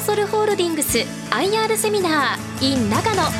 ーソルホールディングス IR セミナー in 長野。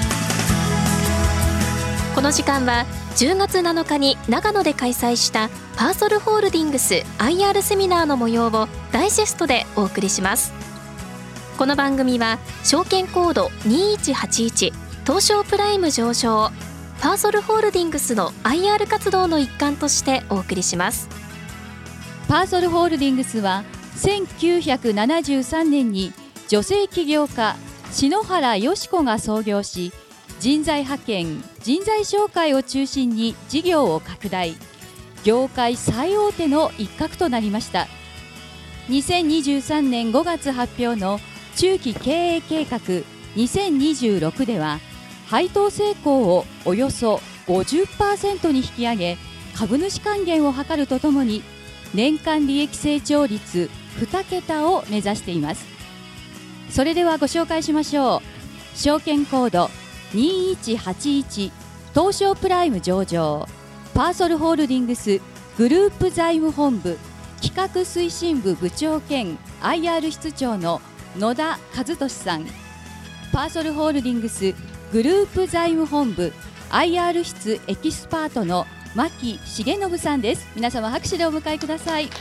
この時間は10月7日に長野で開催したパーソルホールディングス IR セミナーの模様をダイジェストでお送りします。この番組は証券コード2181東証プライム上場パーソルホールディングスの IR 活動の一環としてお送りします。 パーソルホールディングスは1973年に女性起業家篠原芳子が創業し、人材派遣、人材紹介を中心に事業を拡大、業界最大手の一角となりました。2023年5月発表の中期経営計画2026では、配当成功をおよそ 50% に引き上げ、株主還元を図るとともに年間利益成長率2桁を目指しています。それではご紹介しましょう。証券コード2181東証プライム上場パーソルホールディングスグループ財務本部企画推進部部長兼 IR 室長の野田和俊さん、パーソルホールディングスグループ財務本部 IR 室エキスパートの牧重信さんです。皆様拍手でお迎えください。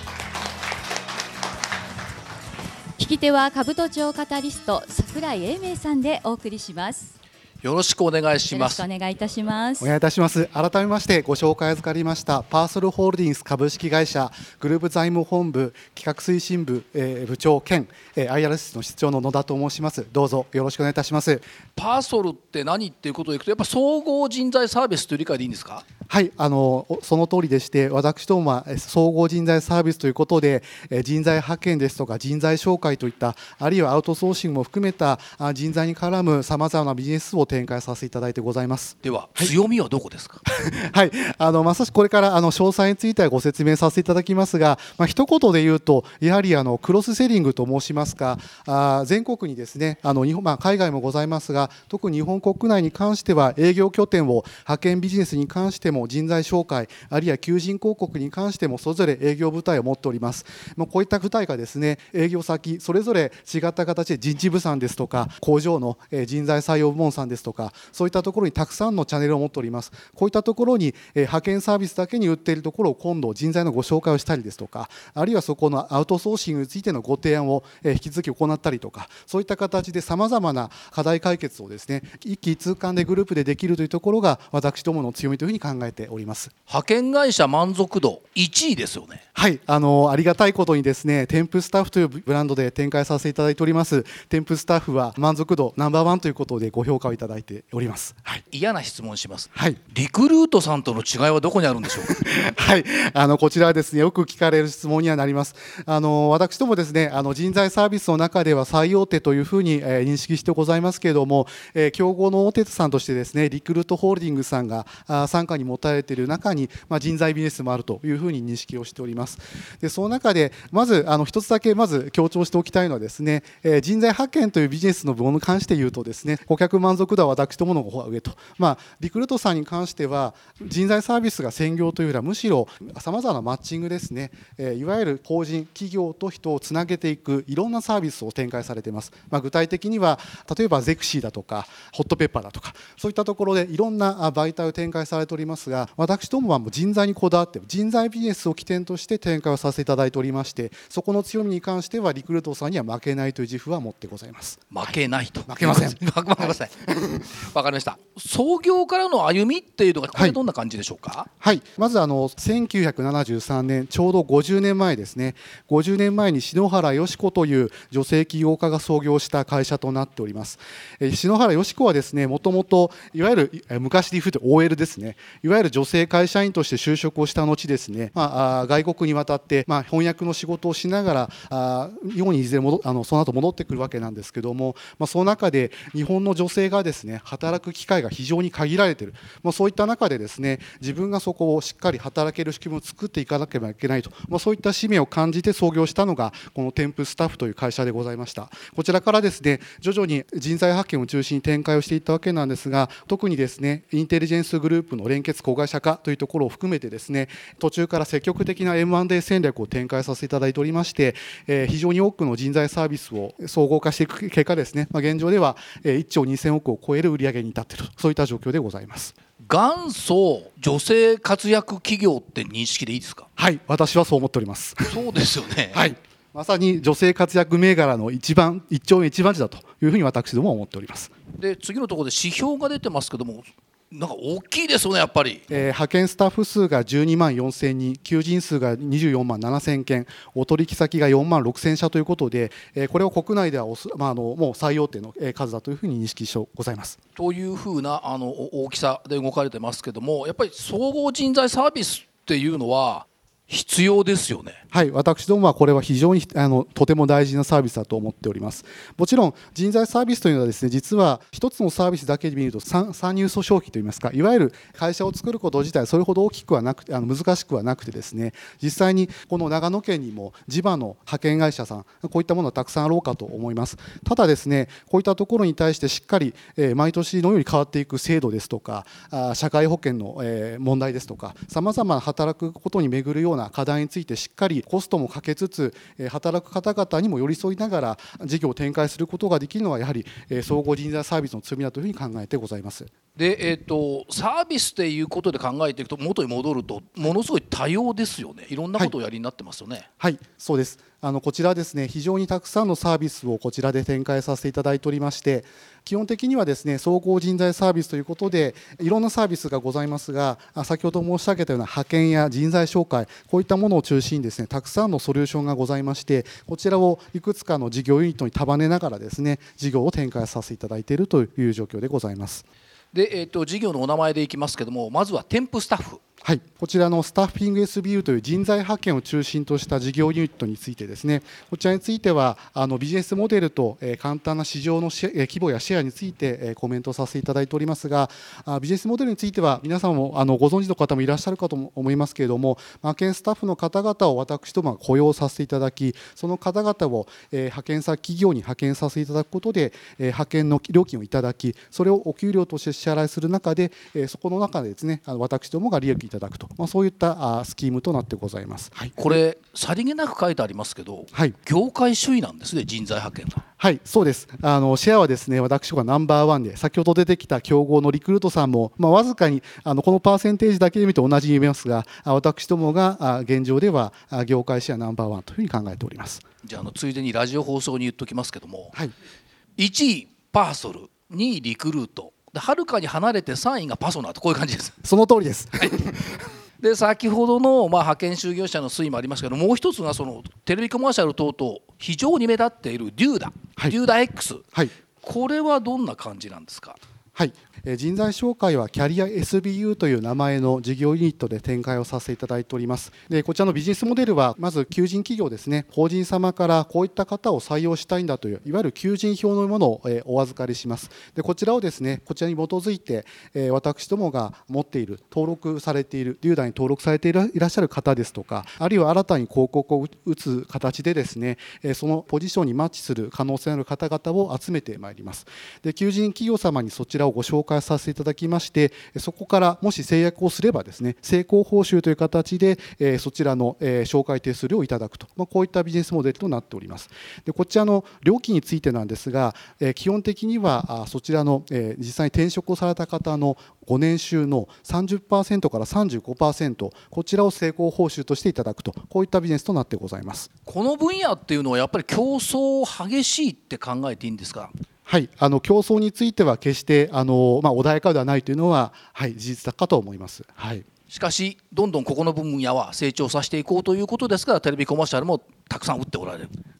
聞き手は兜町カタリスト櫻井英明さんでお送りします。 よろしくお願いします。 よろしくお願いいたします。 お願いいたします。改めましてご紹介預かりましたパーソルホールディングス株式会社グループ財務本部企画推進部、部長兼、IR 室の室長の野田と申します。どうぞよろしくお願いいたします。 パーソルって何っていうことでいくと、やっぱ総合人材サービスという理解でいいんですか？ はい、その通りでして、私どもは総合人材サービスということで、人材派遣ですとか人材紹介といった、あるいはアウトソーシングも含めた人材に絡むさまざまなビジネスを展開させていただいてございます。 では、強みはどこですか？ はい、まさしくこれから詳細についてはご説明させていただきますが、一言で言うと、やはりクロスセリングと申しますか、全国にですね、日本、海外もございますが、特に日本国内に関しては営業拠点を派遣ビジネスに関しても人材紹介、あるいは求人広告に関してもそれぞれ営業部隊を持っております。こういった部隊がですね、営業先それぞれ違った形で人事部さんですとか工場の人材採用部門さんですとか、そういったところにたくさんのチャンネルを持っております。こういったところに派遣サービスだけに売っているところを今度人材のご紹介をしたりですとか、あるいはそこのアウトソーシングについてのご提案を引き続き行ったりとか、そういった形でさまざまな課題解決をですね、一気通貫でグループでできるというところが私どもの強みというふうに考えております。 派遣会社満足度1位ですよね。 はい、ありがたいことにですね、テンプスタッフというブランドで展開させていただいておりますテンプスタッフは満足度ナンバーワンということでご評価をいただいております。はい、 嫌な質問します。 はい、 リクルートさんとの違いはどこにあるんでしょうか？ はい、こちらはですね、よく聞かれる質問にはなります。私どもですね、人材サービスの中では最大手というふうに、認識してございますけれども、競合の大手さんとしてですね、リクルートホールディングスさんが傘下に持たれている中に、人材ビジネスもあるというふうに認識をしております。でその中でまず一つだけまず強調しておきたいのはですね、人材派遣というビジネスの部門に関して言うとですね、顧客満足度は私どもの方が上と、リクルートさんに関しては人材サービスが専業というよりはむしろさまざまなマッチングですね、いわゆる法人企業と人をつなげていくいろんなサービスを展開されています。具体的には例えばゼクシーだとかホットペッパーだとか、そういったところでいろんな媒体を展開されておりますが、私どもはもう人材にこだわって人材ビジネスを起点として展開をさせていただいておりまして、そこの強みに関してはリクルートさんには負けないという自負は持ってございます。 負けないと、 負けません。 わかりました。わかりました。創業からの歩みっていうのがこれどんな感じでしょうか？ はい、まず1973年ちょうど50年前ですね、50年前に篠原芳子という女性起業家が創業した会社となっております。篠原芳子はですね、もともといわゆる昔で言うと OL ですね、いわゆる女性会社員として就職をした後ですね、外国に渡って、翻訳の仕事をしながら日本にいずれその後戻ってくるわけなんですけども、その中で日本の女性がですですね働く機会が非常に限られている、そういった中でですね自分がそこをしっかり働ける仕組みを作っていかなければいけないと、そういった使命を感じて創業したのがこの添付スタッフという会社でございました。こちらからですね徐々に人材派遣を中心に展開をしていったわけなんですが、特にですねインテリジェンスグループの連結子会社化というところを含めてですね途中から積極的な M&A 戦略を展開させていただいておりまして、非常に多くの人材サービスを総合化していく結果ですね、現状では1兆2000億を超える売上に至っていると、そういった状況でございます。 元祖女性活躍企業って認識でいいですか？ はい、私はそう思っております。 そうですよね。 はい、まさに女性活躍銘柄の一丁目一番地だというふうに私どもは思っております。 で次のところで指標が出てますけども、なんか大きいですよねやっぱり。 派遣スタッフ数が12万4000人、求人数が24万7000件、お取引先が4万6000社ということで、これを国内ではもう最大手の数だというふうに認識してございます。 というふうな大きさで動かれてますけども、やっぱり総合人材サービスっていうのは必要ですよね。 はい、私どもはこれは非常にとても大事なサービスだと思っております。もちろん人材サービスというのはですね、実は一つのサービスだけで見ると参入訴訟費といいますか、いわゆる会社を作ること自体それほど大きくはなくて難しくはなくてですね、実際にこの長野県にも地場の派遣会社さん、こういったものはたくさんあろうかと思います。ただですね、こういったところに対してしっかり毎年のように変わっていく制度ですとか、社会保険の問題ですとか、さまざまな働くことに巡るような課題についてしっかりコストもかけつつ働く方々にも寄り添いながら事業を展開することができるのはやはり総合人材サービスの強みだというふうに考えてございます。 でサービスっていうことで考えていくと元に戻るとものすごい多様ですよね。いろんなことをやりになってますよね。 はい、そうです。こちらですね、非常にたくさんのサービスをこちらで展開させていただいておりまして、基本的にはですね総合人材サービスということでいろんなサービスがございますが、先ほど申し上げたような派遣や人材紹介、こういったものを中心にですねたくさんのソリューションがございまして、こちらをいくつかの事業ユニットに束ねながらですね事業を展開させていただいているという状況でございます。 で、事業のお名前でいきますけども、まずは添付スタッフ。 はい、こちらのスタッフィング SBU という人材派遣を中心とした事業ユニットについてですね、こちらについてはビジネスモデルと簡単な市場の規模やシェアについてコメントさせていただいておりますが、ビジネスモデルについては皆さんもご存知の方もいらっしゃるかと思いますけれども、派遣スタッフの方々を私どもが雇用させていただき、その方々を派遣先企業に派遣させていただくことで派遣の料金をいただき、それをお給料として支払いする中でそこの中でですね私どもが利益いただくと、そういったスキームとなってございます。はい、 これさりげなく書いてありますけど、はい、業界首位なんですね、人材派遣が。 はい、そうです。シェアはですね私がナンバーワンで、先ほど出てきた競合のリクルートさんも、わずかにこのパーセンテージだけで見ると同じに見えますが、私どもが現状では業界シェアナンバーワンというふうに考えております。 じゃあついでにラジオ放送に言っときますけども、 はい、 1位パーソル、2位リクルートで、はるかに離れて3位がパソナーと、こういう感じです。 その通りです。はいで先ほどの派遣就業者の推移もありましたけど、もう一つがそのテレビコマーシャル等々非常に目立っているデューダ、 はい、 デューダ X、 はい、 これはどんな感じなんですか？ はい、人材紹介はキャリア SBU という名前の事業ユニットで展開をさせていただいております。でこちらのビジネスモデルはまず求人企業ですね、法人様からこういった方を採用したいんだといういわゆる求人票のものをお預かりします。でこちらをですねこちらに基づいて私どもが持っている登録されているデューダに登録されていらっしゃる方ですとか、あるいは新たに広告を打つ形でですねそのポジションにマッチする可能性のある方々を集めてまいります。で求人企業様にそちらをご紹介させていただきまして、そこからもし制約をすればですね成功報酬という形でそちらの紹介手数料をいただくと、こういったビジネスモデルとなっております。でこちらの料金についてなんですが、基本的にはそちらの実際に転職をされた方の5年収の 30% から 35%、 こちらを成功報酬としていただくと、こういったビジネスとなってございます。 この分野っていうのはやっぱり競争激しいって考えていいんですか？ はい、競争については決して穏やかではないというのは、はい、事実だかと思います。はい、 しかしどんどんここの分野は成長させていこうということですから、テレビコマーシャルもたくさん打っておられる。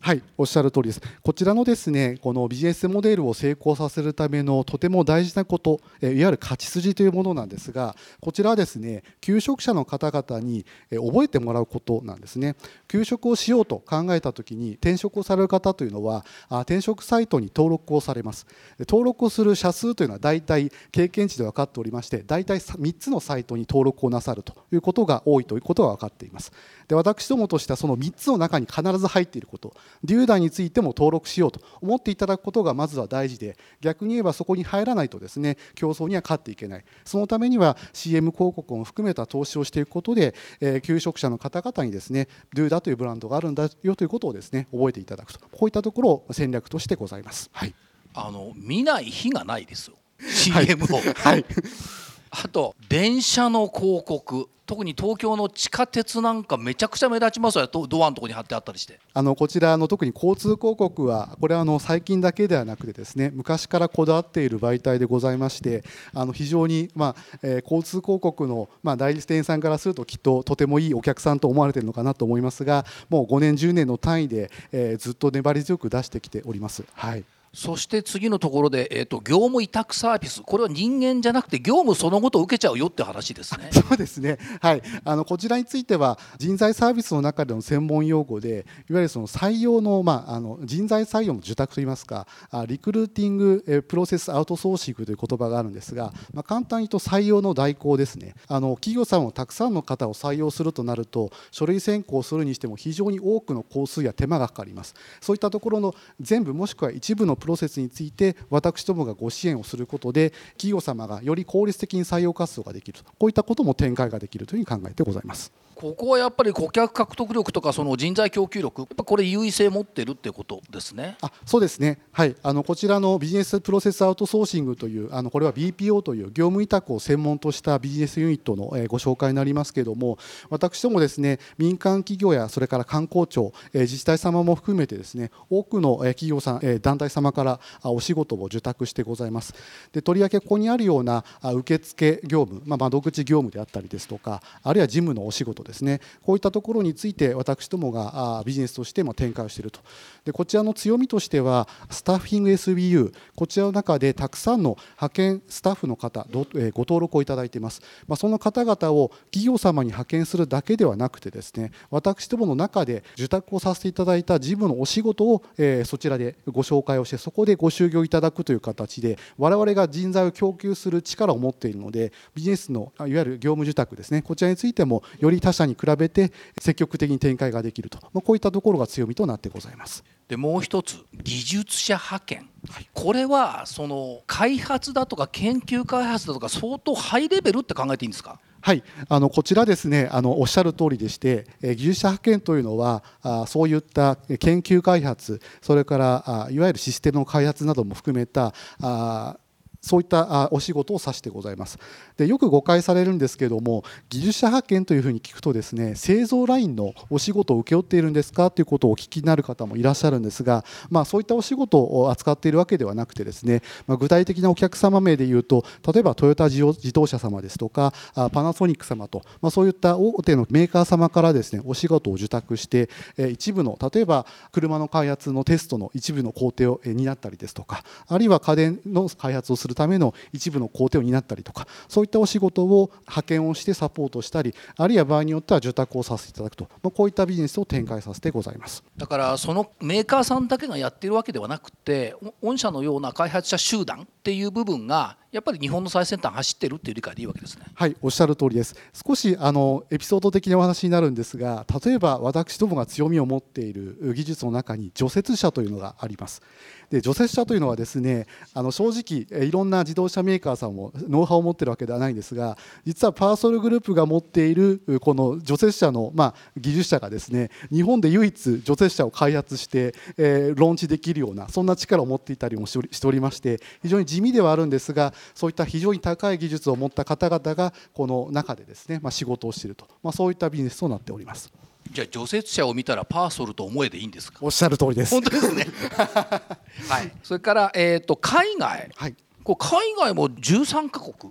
はい、おっしゃる通りです。こちらのですね、このビジネスモデルを成功させるためのとても大事なこと、いわゆる勝ち筋というものなんですが、こちらはですね、求職者の方々に覚えてもらうことなんですね。求職をしようと考えたときに、転職をされる方というのは、転職サイトに登録をされます。登録をする社数というのは大体経験値で分かっておりまして、大体3つのサイトに登録をなさるということが多いということが分かっています。で、私どもとしてはその3つの中に必ず入っていること、10代についても登録しようと思っていただくことがまずは大事で、逆に言えばそこに入らないとですね、競争には勝っていけない。そのためには CM 広告も含めた投資をしていくことで、求職者の方々にですね、DO というブランドがあるんだよということをですね、覚えていただくと、こういったところを戦略としてございます。はい、 見ない日がないですよ、 CM を。 はい、 あと電車の広告、特に東京の地下鉄なんかめちゃくちゃ目立ちますよ、ドアのところに貼ってあったりして。 こちら特に交通広告は、これは最近だけではなくてですね、昔からこだわっている媒体でございまして、非常に、交通広告の、代理店さんからするときっととてもいいお客さんと思われているのかなと思いますが、もう5年10年の単位で、ずっと粘り強く出してきております。はい、 そして次のところで、業務委託サービス、これは人間じゃなくて業務そのごと受けちゃうよって話ですね。 そうですね、はい、こちらについては人材サービスの中での専門用語で、いわゆるその採用の、人材採用の受託といいますか、リクルーティングプロセスアウトソーシングという言葉があるんですが、簡単に言うと採用の代行ですね。企業さんをたくさんの方を採用するとなると、書類選考をするにしても非常に多くの工数や手間がかかります。そういったところの全部もしくは一部のプロセスについて私どもがご支援をすることで、企業様がより効率的に採用活動ができると、こういったことも展開ができるというふうに考えてございます。 ここはやっぱり顧客獲得力とかその人材供給力、やっぱこれ優位性持ってるってことですね。 そうですね、はい、こちらのビジネスプロセスアウトソーシングという、これは BPO という業務委託を専門としたビジネスユニットのご紹介になりますけれども、私どもですね、民間企業やそれから観光庁、自治体様も含めてですね、多くの企業さん、団体様からお仕事を受託してございます。で、とりわけここにあるような受付業務、窓口業務であったりですとか、あるいは事務のお仕事ですね、こういったところについて私どもがビジネスとして展開をしていると。で、こちらの強みとしてはスタッフィング SBU、 こちらの中でたくさんの派遣スタッフの方ご登録をいただいています。その方々を企業様に派遣するだけではなくてですね、私どもの中で受託をさせていただいた事務のお仕事をそちらでご紹介をして、そこでご就業いただくという形で、我々が人材を供給する力を持っているので、ビジネスのいわゆる業務受託ですね、こちらについてもより他社に比べて積極的に展開ができると、こういったところが強みとなってございます。 で、もう一つ、技術者派遣、これはその開発だとか研究開発だとか相当ハイレベルって考えていいんですか？ はい、こちらですね、おっしゃる通りでして、技術者派遣というのはそういった研究開発、それからいわゆるシステムの開発なども含めたそういったお仕事を指してございます。で、よく誤解されるんですけれども、技術者派遣というふうに聞くとですね、製造ラインのお仕事を請け負っているんですかということをお聞きになる方もいらっしゃるんですが、そういったお仕事を扱っているわけではなくてですね、具体的なお客様名でいうと、例えばトヨタ自動車様ですとかパナソニック様と、そういった大手のメーカー様からですね、お仕事を受託して、一部の例えば車の開発のテストの一部の工程を担ったりですとか、あるいは家電の開発をするための一部の工程を担ったりとか、そういったお仕事を派遣をしてサポートしたり、あるいは場合によっては受託をさせていただくと、こういったビジネスを展開させてございます。 だからそのメーカーさんだけがやっているわけではなくて、御社のような開発者集団っていう部分がやっぱり日本の最先端走ってるっていう理解でいいわけですね。 はい、おっしゃる通りです。少しエピソード的なお話になるんですが、例えば私どもが強みを持っている技術の中に除雪車というのがあります。で、除雪車というのはですね、正直いろんな自動車メーカーさんもノウハウを持っているわけではないんですが、実はパーソルグループが持っているこの除雪車の技術者がですね、日本で唯一除雪車を開発して、ローンチできるような、そんな力を持っていたりもしておりまして、非常に地味ではあるんですが、そういった非常に高い技術を持った方々がこの中でですね、仕事をしていると、そういったビジネスとなっております。 じゃあ除雪車を見たらパーソルと思えでいいんですか？ おっしゃる通りです。 本当ですねはい、それから、海外、 はい、 海外も13カ国、 はい、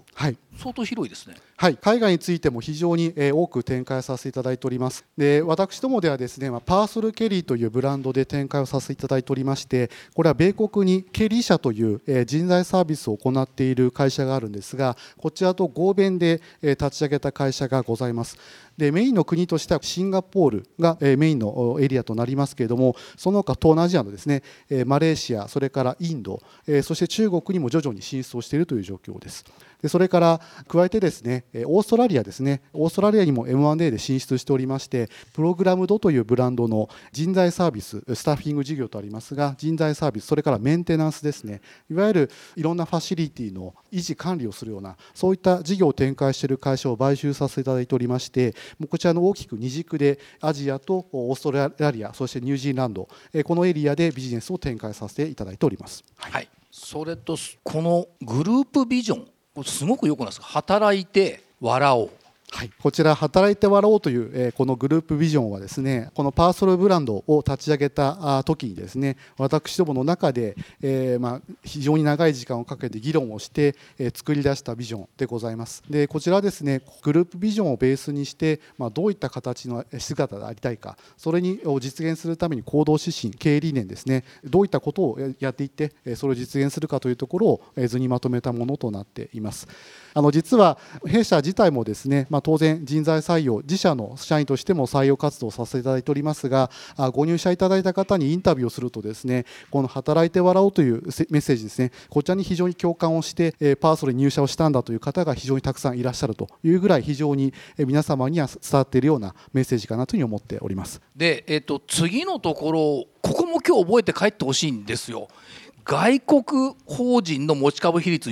相当広いですね。 はい、海外についても非常に多く展開させていただいております。で、私どもではですね、パーソルケリーというブランドで展開をさせていただいておりまして、これは米国にケリー社という人材サービスを行っている会社があるんですが、こちらと合弁で立ち上げた会社がございます。で、メインの国としてはシンガポールがメインのエリアとなりますけれども、その他東南アジアのですね、マレーシア、それからインド、そして中国にも徐々に進出をしているという状況です。で、それから加えてですね、オーストラリアですね、オーストラリアにも M&A で進出しておりまして、プログラムドというブランドの人材サービス、スタッフィング事業とありますが、人材サービス、それからメンテナンスですね、いわゆるいろんなファシリティの維持管理をするような、そういった事業を展開している会社を買収させていただいておりまして、こちらの大きく二軸でアジアとオーストラリア、そしてニュージーランド、このエリアでビジネスを展開させていただいております。 はい、それとこのグループビジョン、すごくよくないですか。働いて笑おう。 はい、こちら働いて笑おうという、このグループビジョンはですね、このパーソルブランドを立ち上げた時にですね、私どもの中で、非常に長い時間をかけて議論をして、作り出したビジョンでございます。で、こちらはですね、グループビジョンをベースにして、どういった形の姿でありたいか、それを実現するために行動指針、経営理念ですね、どういったことをやっていってそれを実現するかというところを図にまとめたものとなっています。実は弊社自体もですね、当然人材採用、自社の社員としても採用活動をさせていただいておりますが、ご入社いただいた方にインタビューをするとですね、この働いて笑おうというメッセージですね、こちらに非常に共感をしてパーソルに入社をしたんだという方が非常にたくさんいらっしゃるというぐらい、非常に皆様には伝わっているようなメッセージかなというふうに思っております。 で、次のところ、ここも今日覚えて帰ってほしいんですよ。外国法人の持ち株比率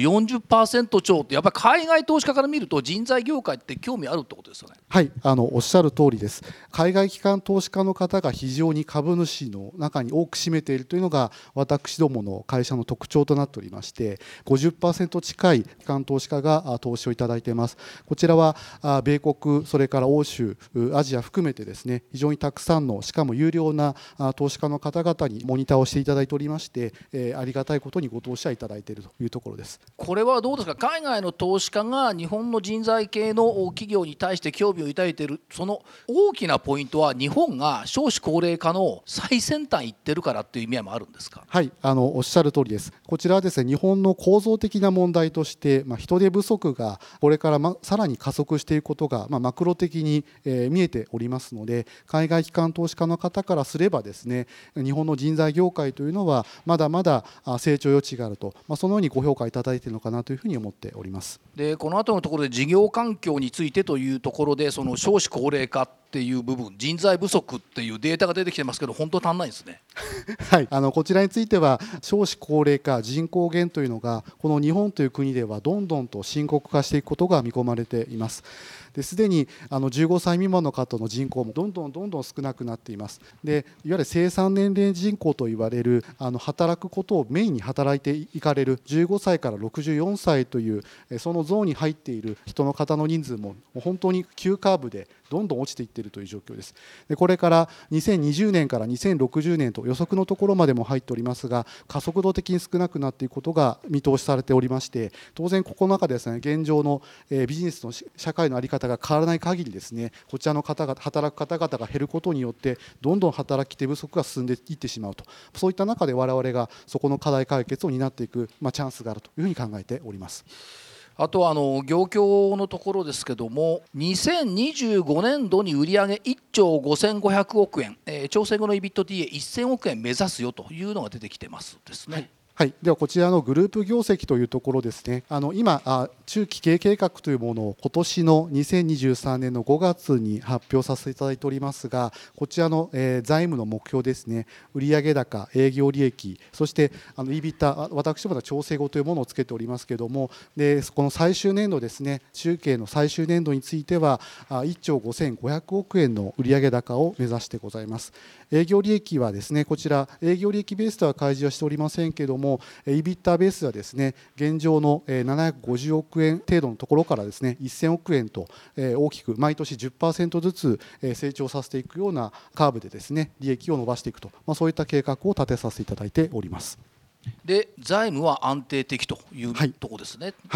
40% 超って、やっぱり海外投資家から見ると人材業界って興味あるってことですよね。 はい、おっしゃる通りです。海外機関投資家の方が非常に株主の中に多く占めているというのが私どもの会社の特徴となっておりまして、 50% 近い機関投資家が投資をいただいています。こちらは米国、それから欧州、アジア含めてですね、非常にたくさんの、しかも有料な投資家の方々にモニターをしていただいておりまして、ありがたいことにご投資はいただいているというところです。 これはどうですか。海外の投資家が日本の人材系の企業に対して興味を抱いている、その大きなポイントは日本が少子高齢化の最先端行ってるからっていう意味合いもあるんですか。 はい、おっしゃる通りです。こちらはですね、日本の構造的な問題として、人手不足がこれからさらに加速していくことが、マクロ的に見えておりますので、海外機関投資家の方からすればですね、日本の人材業界というのはまだまだ成長余地があると、そのようにご評価いただいているのかなというふうに思っております。 で、この後のところで事業環境についてというところで、その少子高齢化っていう部分、人材不足っていうデータが出てきてますけど、本当足んないですね。 はい、こちらについては少子高齢化、人口減というのがこの日本という国ではどんどんと深刻化していくことが見込まれています。ですでに15歳未満の方の人口もどんどん少なくなっています。で、いわゆる生産年齢人口といわれる働くことをメインに働いていかれる15歳から64歳というそのゾーンに入っている人の方の人数も本当に急カーブでどんどん落ちていっているという状況です。で、これから2020年から2060年と予測のところまでも入っておりますが、加速度的に少なくなっていくことが見通しされておりまして、当然ここの中でですね、現状のビジネスの社会の在り方が変わらない限りですね、こちらの方々、働く方々が減ることによってどんどん働き手不足が進んでいってしまうと、そういった中で我々がそこの課題解決を担っていく、チャンスがあるというふうに考えております。 あとは業況のところですけども、2025年度に売上1兆5500億円、調整後の EBITDA1000 億円目指すよというのが出てきてますですね。 はいはい、ではこちらのグループ業績というところですね、今中期経営計画というものを今年の2023年の5月に発表させていただいておりますが、こちらの財務の目標ですね、売上高、営業利益、そしてEBITDA、私どもは調整後というものをつけておりますけれども、でこの最終年度ですね、中計の最終年度については1兆5500億円の売上高を目指してございます。営業利益はですね、こちら営業利益ベースでは開示はしておりませんけれども、EBITDA ベースはですね、現状の750億円程度のところからですね、1000億円と大きく毎年 10% ずつ成長させていくようなカーブでですね、利益を伸ばしていくと、そういった計画を立てさせていただいております。 で、財務は安定的というところですね。 はい、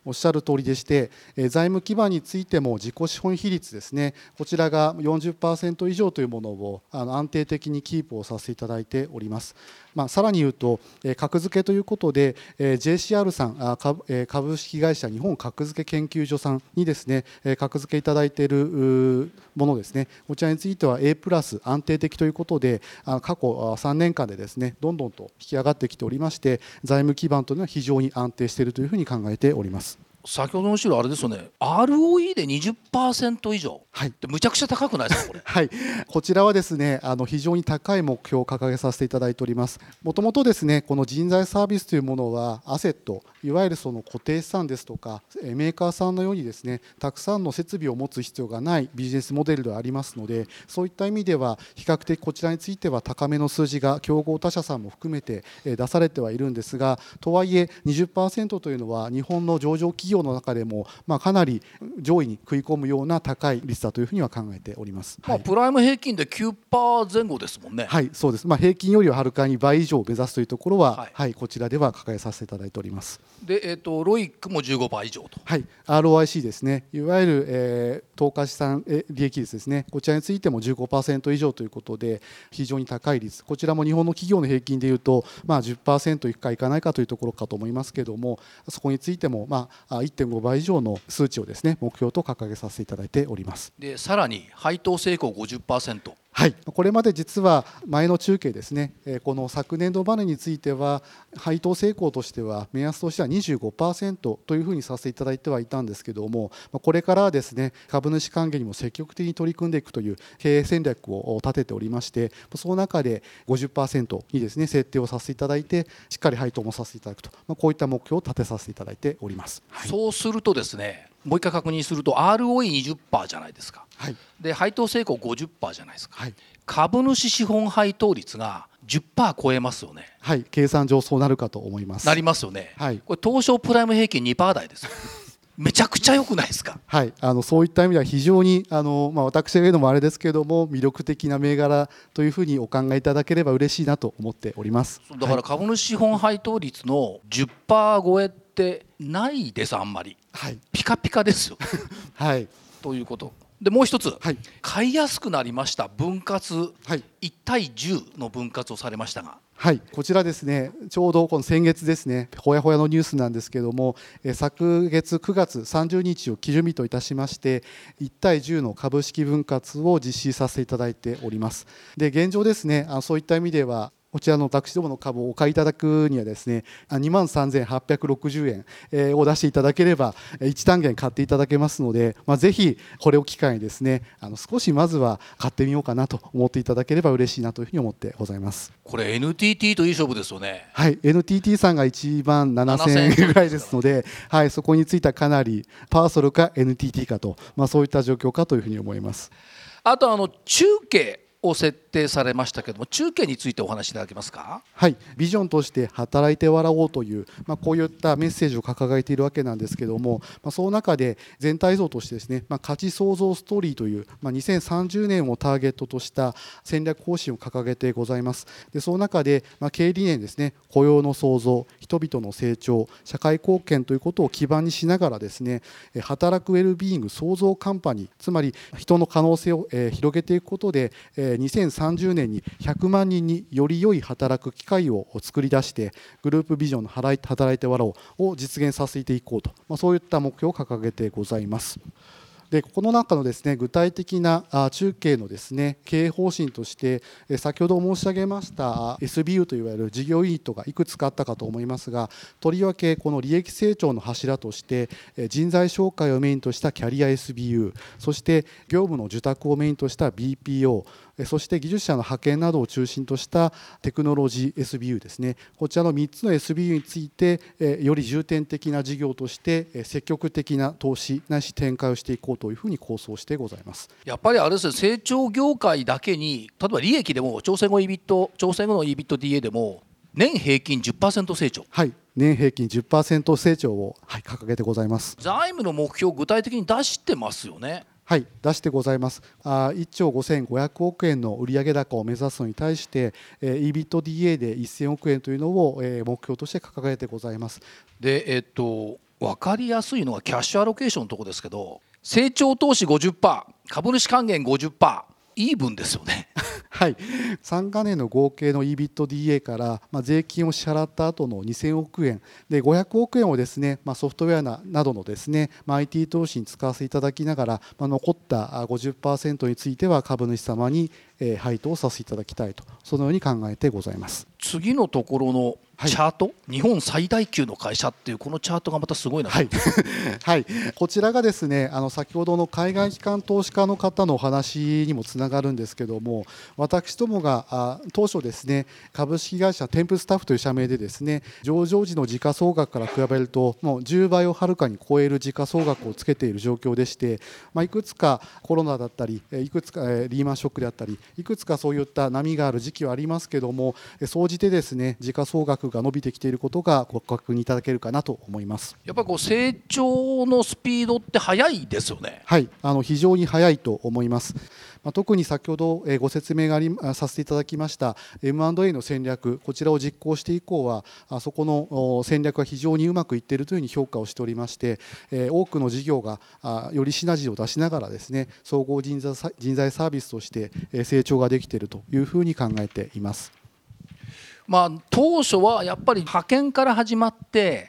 おっしゃる通りでして、財務基盤についても自己資本比率ですね、こちらが 40% 以上というものを安定的にキープをさせていただいております。さらに言うと、格付けということで、JCR さん、株式会社日本格付け研究所さんにですね、格付けいただいているものですね、こちらについては A プラス安定的ということで、過去3年間でですね、どんどんと引き上がってきておりまして、財務基盤というのは非常に安定しているというふうに考えております。 先ほどの資料あれですよね、 ROE で 20% 以上、 はい、 むちゃくちゃ高くないですかこれ。 はい、こちらはですね、非常に高い目標を掲げさせていただいております。もともとですね、この人材サービスというものはアセット、いわゆるその固定資産ですとかメーカーさんのようにですね、たくさんの設備を持つ必要がないビジネスモデルではありますので、そういった意味では比較的こちらについては高めの数字が競合他社さんも含めて出されてはいるんですが、とはいえ 20% というのは日本の上場企業の中でもかなり上位に食い込むような高い率だというふうには考えております。 プライム平均で 9% 前後ですもんね。 はい、そうです。平均よりははるかに倍以上を目指すというところは、こちらでは掲げさせていただいております。 で、ロイックも 15% 以上と。 はい、ROIC ですね、いわゆる、投下資産利益率ですね、こちらについても 15% 以上ということで非常に高い率、こちらも日本の企業の平均でいうと、10% いくかいかないかというところかと思いますけれども、そこについても、1.5 倍以上の数値をですね、目標と掲げさせていただいております。 でさらに配当成功 50%。 はい、これまで実は前の中継ですね、この昨年度までについては配当成功としては目安としては 25% というふうにさせていただいてはいたんですけども、これからはですね、株主還元にも積極的に取り組んでいくという経営戦略を立てておりまして、その中で 50% にですね設定をさせていただいて、しっかり配当もさせていただくと、こういった目標を立てさせていただいております。はい、 そうするとですね、もう一回確認すると ROE20% じゃないですか。 はい、 で配当成功 50% じゃないですか。 はい、 株主資本配当率が 10% 超えますよね。 はい、計算上そうなるかと思います。 なりますよね。 はい、 これ東証プライム平均 2% 台ですよ。めちゃくちゃ良くないですか。 はい、そういった意味では非常に私が言うのもあれですけれども、魅力的な銘柄というふうにお考えいただければ嬉しいなと思っております。 だから株主資本配当率の 10% 超えってないです、あんまり。 はい、 ピカピカですよ。 はい、 ということで、もう一つ、 はい、 買いやすくなりました分割、 はい、 1対10の分割をされましたが。 はい、こちらですね、ちょうどこの先月ですね、ほやほやのニュースなんですけども、昨月9月30日を基準日といたしまして1対10の株式分割を実施させていただいております。で現状ですね、そういった意味ではこちらの私どもの株をお買いいただくにはですね、23,860円を出していただければ1単元買っていただけますので、ぜひこれを機会にですね、少しまずは買ってみようかなと思っていただければ嬉しいなというふうに思ってございます。 これ NTT といい勝負ですよね。 はい、NTT さんが1万7000円ぐらいですので、はい、そこについてはかなりパーソルか NTT かと、そういった状況かというふうに思います。 あと中継を設定されましたけども、中継についてお話しいただけますか。 はい、ビジョンとして働いて笑おうという、こういったメッセージを掲げているわけなんですけども、その中で全体像としてですね、価値創造ストーリーという、2030年をターゲットとした戦略方針を掲げてございます。でその中で、経営理念ですね、雇用の創造、人々の成長、社会貢献ということを基盤にしながらですね、働くウェルビーイング創造カンパニー、つまり人の可能性を広げていくことで2030年に100万人により良い働く機会を作り出して、グループビジョンの働いて笑おうを実現させていこうと、そういった目標を掲げてございます。でこの中のですね、具体的な中継のですね、経営方針として先ほど申し上げました SBU といわれる事業ユニットがいくつかあったかと思いますが、とりわけこの利益成長の柱として人材紹介をメインとしたキャリア SBU、 そして業務の受託をメインとした BPO、そして技術者の派遣などを中心としたテクノロジー SBU ですね、こちらの3つの SBU についてより重点的な事業として積極的な投資ないし展開をしていこうというふうに構想してございます。 やっぱりあれですね、成長業界だけに、例えば利益でも調整後の EBITDA でも年平均 10% 成長、 はい、年平均 10% 成長を、掲げてございます。 財務の目標を具体的に出してますよね。 はい、出してございます。1兆5500億円の売上高を目指すのに対して EBITDA で1000億円というのを目標として掲げてございます。 で分かりやすいのがキャッシュアロケーションのところですけど、成長投資 50%、 株主還元 50%、 イーブンですよね。 はい、3か年の合計の EBITDA から、税金を支払った後の2000億円で500億円をですね、ソフトウェアなどのですね、IT 投資に使わせていただきながら、残った 50% については株主様に配当させていただきたいと、そのように考えてございます。 次のところのチャート、日本最大級の会社っていうこのチャートがまたすごいなと、 はい、こちらがですね、先ほどの海外機関投資家の方のお話にもつながるんですけども、私どもが当初ですね、株式会社テンプスタッフという社名でですね、上場時の時価総額から比べるともう10倍をはるかに超える時価総額をつけている状況でして、いくつかコロナだったり、いくつかリーマンショックであったり、いくつかそういった波がある時期はありますけども、総じてですね、時価総額が伸びてきていることがご確認いただけるかなと思います。 やっぱり成長のスピードって速いですよね。 はい、非常に速いと思います。特に先ほどご説明がさせていただきました M&A の戦略、こちらを実行して以降はそこの戦略が非常にうまくいっているというふうに評価をしておりまして、多くの事業がよりシナジーを出しながらですね、総合人材サービスとして成長ができているというふうに考えています。 当初はやっぱり派遣から始まって、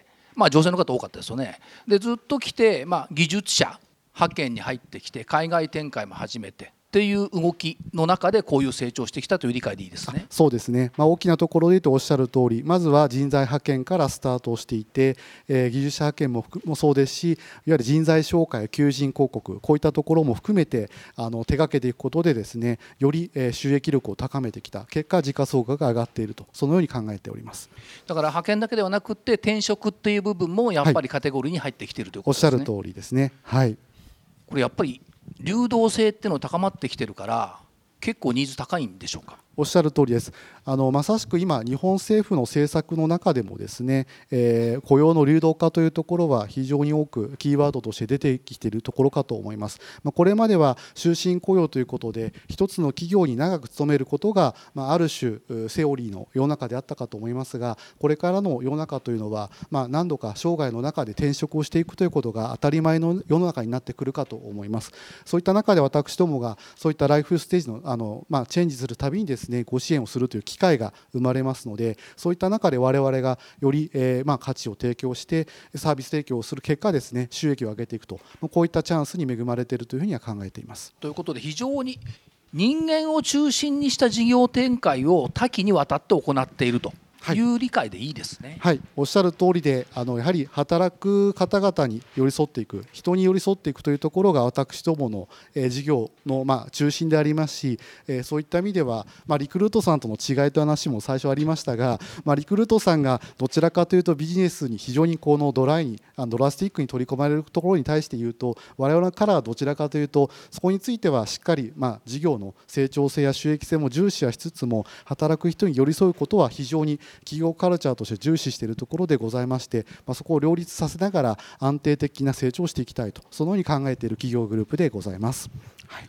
女性の方多かったですよね。でずっと来て、技術者派遣に入ってきて海外展開も始めてっていう動きの中でこういう成長してきたという理解でいいですね。 そうですね、大きなところで言うとおっしゃる通り、まずは人材派遣からスタートをしていて、技術者派遣もそうですし、いわゆる人材紹介、求人広告、こういったところも含めて手掛けていくことでですね、より収益力を高めてきた結果、時価総額が上がっていると、そのように考えております。 だから派遣だけではなくて転職っていう部分もやっぱりカテゴリーに入ってきているということですね。 おっしゃる通りですね。はい、 これやっぱり流動性っていうの高まってきてるから結構ニーズ高いんでしょうか。 おっしゃる通りです。まさしく今日本政府の政策の中でもですね、雇用の流動化というところは非常に多くキーワードとして出てきているところかと思います。これまでは終身雇用ということで一つの企業に長く勤めることが、ある種セオリーの世の中であったかと思いますが、これからの世の中というのは、何度か生涯の中で転職をしていくということが当たり前の世の中になってくるかと思います。そういった中で私どもがそういったライフステージのチェンジするたびにですね、ご支援をするという機会が生まれますので、そういった中で我々がより価値を提供してサービス提供をする結果ですね、収益を上げていくと、こういったチャンスに恵まれているというふうには考えています。 ということで非常に人間を中心にした事業展開を多岐にわたって行っているという理解でいいですね。 はい、おっしゃる通りで、やはり働く方々に寄り添っていく、人に寄り添っていくというところが私どもの事業の中心でありますし、そういった意味ではリクルートさんとの違いという話も最初ありましたが、リクルートさんがどちらかというとビジネスに非常にこのドラスティックに取り込まれるところに対して言うと、我々からはどちらかというとそこについてはしっかり事業の成長性や収益性も重視はしつつも、働く人に寄り添うことは非常に企業カルチャーとして重視しているところでございまして、そこを両立させながら安定的な成長をしていきたいと、そのように考えている企業グループでございます。はい、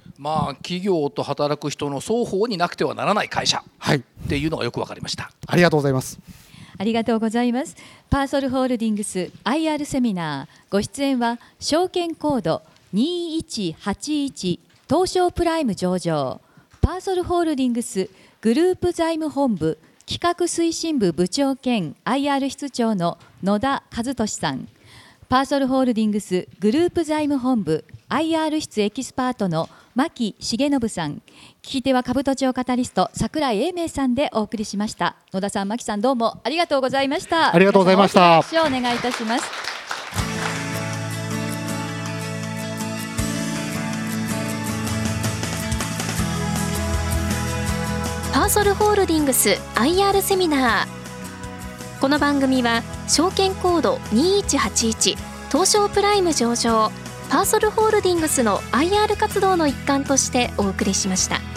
企業と働く人の双方になくてはならない会社っていうのがよく分かりました。 ありがとうございます。 ありがとうございます。パーソルホールディングス IR セミナー、ご出演は証券コード2181東証プライム上場パーソルホールディングスグループ財務本部企画推進部部長兼 IR 室長の野田和俊さん、パーソルホールディングスグループ財務本部 IR 室エキスパートの牧重信さん、聞き手は兜町カタリスト櫻井英明さんでお送りしました。野田さん、牧さん、どうもありがとうございました。 ありがとうございました。 拍手をお願いいたします。 パーソルホールディングス IR セミナー。この番組は証券コード2181東証プライム上場パーソルホールディングスの IR 活動の一環としてお送りしました。